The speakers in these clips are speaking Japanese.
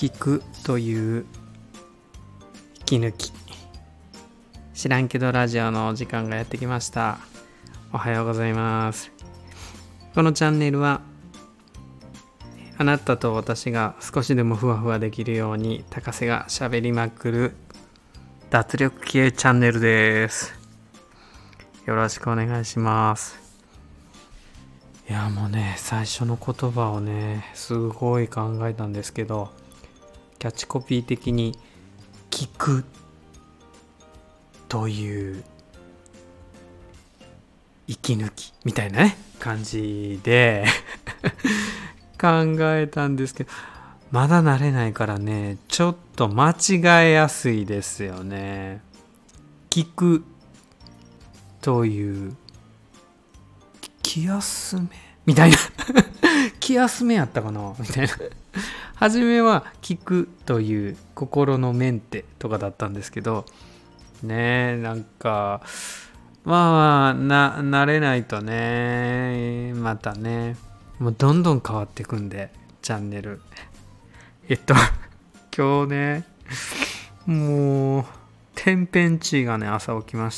聞くという息抜き知らんけどラジオのお時間がやってきました。おはようございます。このチャンネルはあなたと私が少しでもふわふわできるように高瀬が喋りまくる脱力系チャンネルです。よろしくお願いします。いやもうね、最初の言葉をねすごい考えたんですけど、キャッチコピー的に聞くという息抜きみたいなね感じで考えたんですけど、まだ慣れないからねちょっと間違えやすいですよね。聞くという気休めみたいな気休めやったかなみたいな初めは聞くという心のメンテとかだったんですけどね、なんか慣れないとね、またねもうどんどん変わっていくんでチャンネル今日ねもう天変地異がね朝起きまして、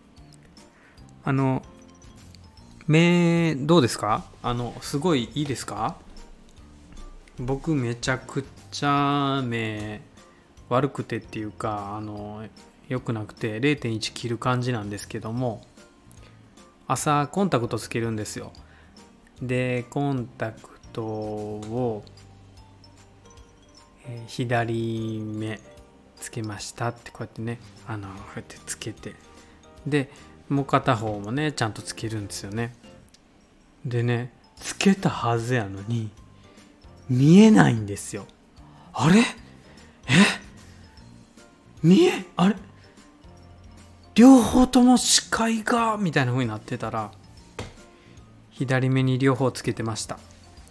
目どうですか？すごいいいですか？僕めちゃくちゃ目悪くてっていうか良くなくて 0.1 切る感じなんですけども、朝コンタクトつけるんですよ。でコンタクトを、左目つけましたってこうやってねこうやってつけて、でもう片方もねちゃんとつけるんですよね。でねつけたはずやのに見えないんですよ。あれあれ両方とも視界がみたいな風になってたら、左目に両方つけてました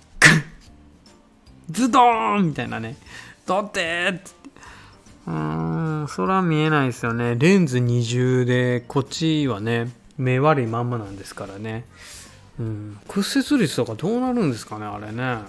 ズドーンみたいなね、取ってーってそら見えないですよね。レンズ二重でこっちはね目悪いまんまなんですからね。屈折率とかどうなるんですかねあれね。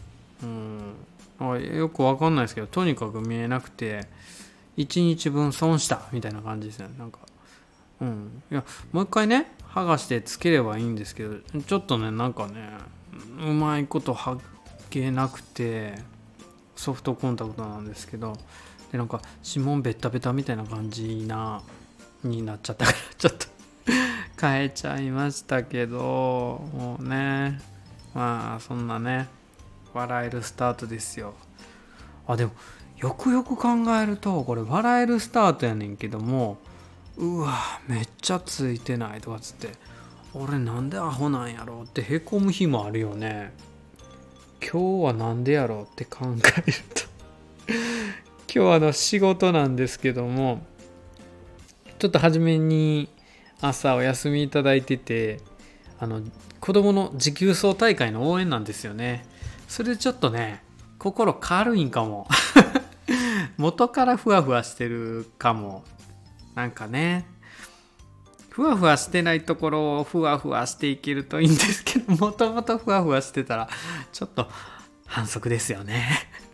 よくわかんないですけど、とにかく見えなくて1日分損したみたいな感じですね。なんかいやもう一回ね剥がしてつければいいんですけど、ちょっとねなんかねうまいこと剥けなくて、ソフトコンタクトなんですけど、でなんか指紋ベッタベタみたいな感じになっちゃったからちょっと変えちゃいましたけど、もうねまあそんなね笑えるスタートですよ。でもよくよく考えるとこれ笑えるスタートやねんけども、うわめっちゃついてないとかつって、俺なんでアホなんやろってへこむ日もあるよね。今日はなんでやろうって考えると今日は仕事なんですけども、ちょっと初めに朝お休みいただいてて、子供の持久走大会の応援なんですよね。それでちょっとね心軽いんかも元からふわふわしてるかも。なんかねふわふわしてないところをふわふわしていけるといいんですけど、もともとふわふわしてたらちょっと反則ですよね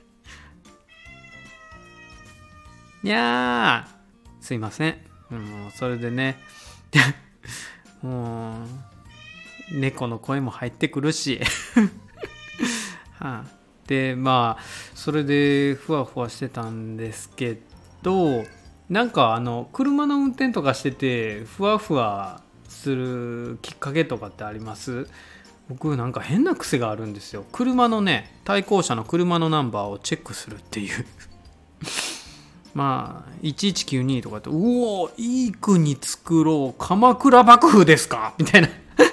いやーすいません。もうそれでねもう猫の声も入ってくるしでまあそれでふわふわしてたんですけど、なんか車の運転とかしててふわふわするきっかけとかってあります？僕なんか変な癖があるんですよ。車のね対向車の車のナンバーをチェックするっていうまあ1192とかってうおいい国作ろう鎌倉幕府ですかみたいな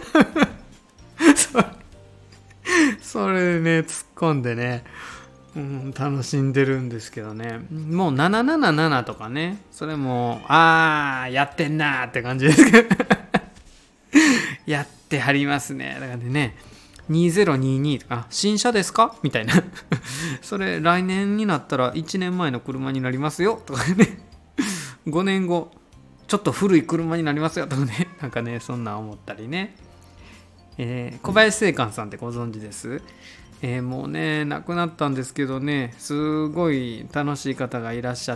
それでね突っ込んでね楽しんでるんですけどね。もう777とかね、それもやってんなーって感じですけどやってはりますね。だからね2022とか新車ですかみたいなそれ来年になったら1年前の車になりますよとかね5年後ちょっと古い車になりますよとかね、なんかねそんな思ったりね。小林正観さんってご存知です？ もうね亡くなったんですけどね、すごい楽しい方がいらっしゃって、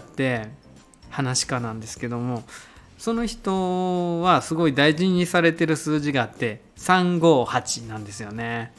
話し家なんですけども、その人はすごい大事にされてる数字があって358なんですよね。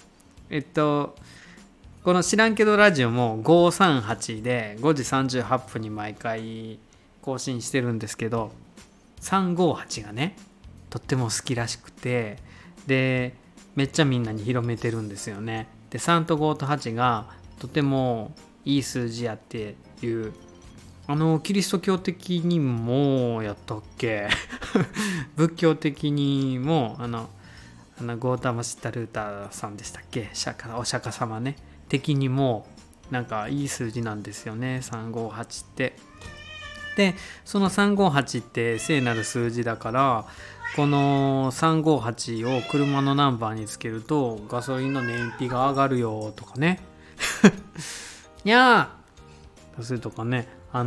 この知らんけどラジオも538で5時38分に毎回更新してるんですけど、358がねとっても好きらしくて、でめっちゃみんなに広めてるんですよね。で3と5と8がとてもいい数字やっていう、キリスト教的にもやったっけ仏教的にもゴータマシッタルータさんでしたっけ、お釈迦様ね的にもなんかいい数字なんですよね、358って。でその358って聖なる数字だから、この358を車のナンバーにつけるとガソリンの燃費が上がるよとかねにゃーそれとかね、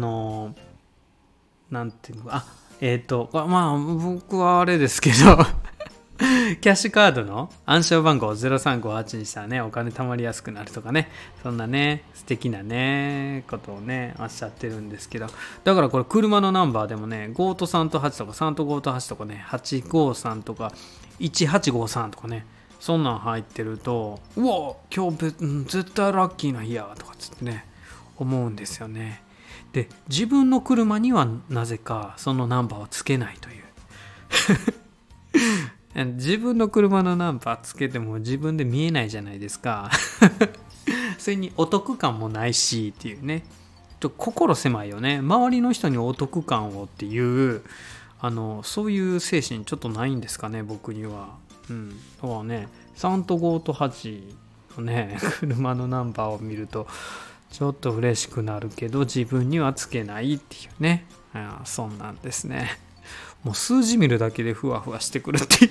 なんていうのか、まあ僕はあれですけどキャッシュカードの暗証番号を0358にしたらねお金貯まりやすくなるとかね、そんなね素敵なねことをねおっしゃってるんですけど、だからこれ車のナンバーでもね5と3と8とか3と5と8とかね853とか1853とかね、そんなん入ってるとうわ今日絶対ラッキーな日やとかつってね思うんですよね。で自分の車にはなぜかそのナンバーをつけないという自分の車のナンバーつけても自分で見えないじゃないですかそれにお得感もないしっていうね、心狭いよね。周りの人にお得感をっていうそういう精神ちょっとないんですかね、僕には。だからね3と5と8のね車のナンバーを見るとちょっと嬉しくなるけど自分にはつけないっていうね、そんなんですね。もう数字見るだけでふわふわしてくるって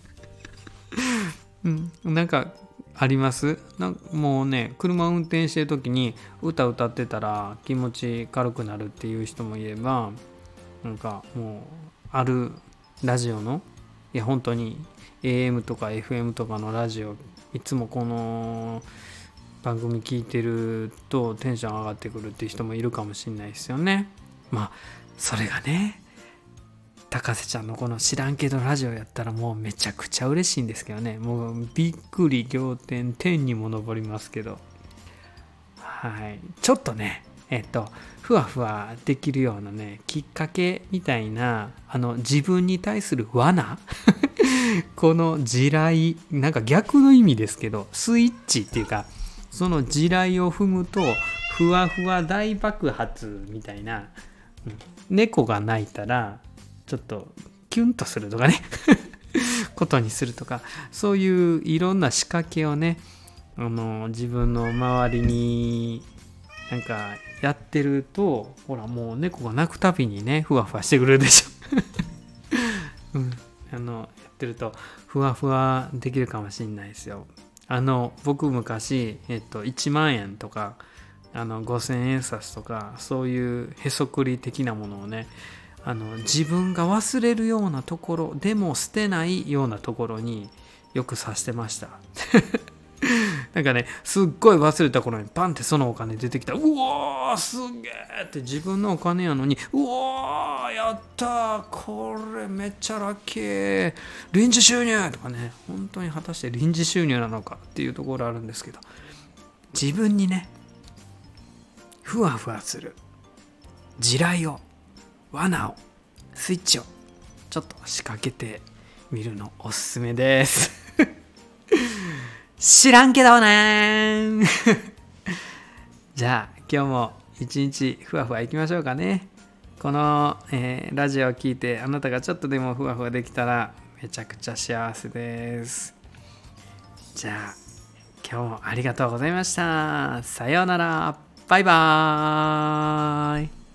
いうなんかあります？もうね車運転してる時に歌歌ってたら気持ち軽くなるっていう人もいれば、なんかもうあるラジオの本当に AM とか FM とかのラジオいつもこの番組聞いてるとテンション上がってくるっていう人もいるかもしれないですよね。まあそれがね高瀬ちゃんのこの知らんけどラジオやったらもうめちゃくちゃ嬉しいんですけどね、もうびっくり仰天天にも上りますけど、ちょっとねふわふわできるようなねきっかけみたいな自分に対する罠この地雷なんか逆の意味ですけどスイッチっていうか、その地雷を踏むとふわふわ大爆発みたいな、猫が鳴いたらちょっとキュンとするとかねことにするとか、そういういろんな仕掛けをね自分の周りになんかやってると、ほらもう猫が鳴くたびにねふわふわしてくるでしょやってるとふわふわできるかもしれないですよ。僕昔、1万円とか5000円札とかそういうへそくり的なものをね自分が忘れるようなところでも捨てないようなところによく刺してましたなんかねすっごい忘れた頃にパンってそのお金出てきたら、うわーすげーって自分のお金やのに、うわーやったーこれめっちゃラッキー臨時収入とかね、本当に果たして臨時収入なのかっていうところあるんですけど、自分にねふわふわする地雷を罠をスイッチをちょっと仕掛けてみるのおすすめです知らんけどねじゃあ今日も一日ふわふわいきましょうかね。この、ラジオを聞いてあなたがちょっとでもふわふわできたらめちゃくちゃ幸せです。じゃあ今日もありがとうございました。さようなら。バイバーイ。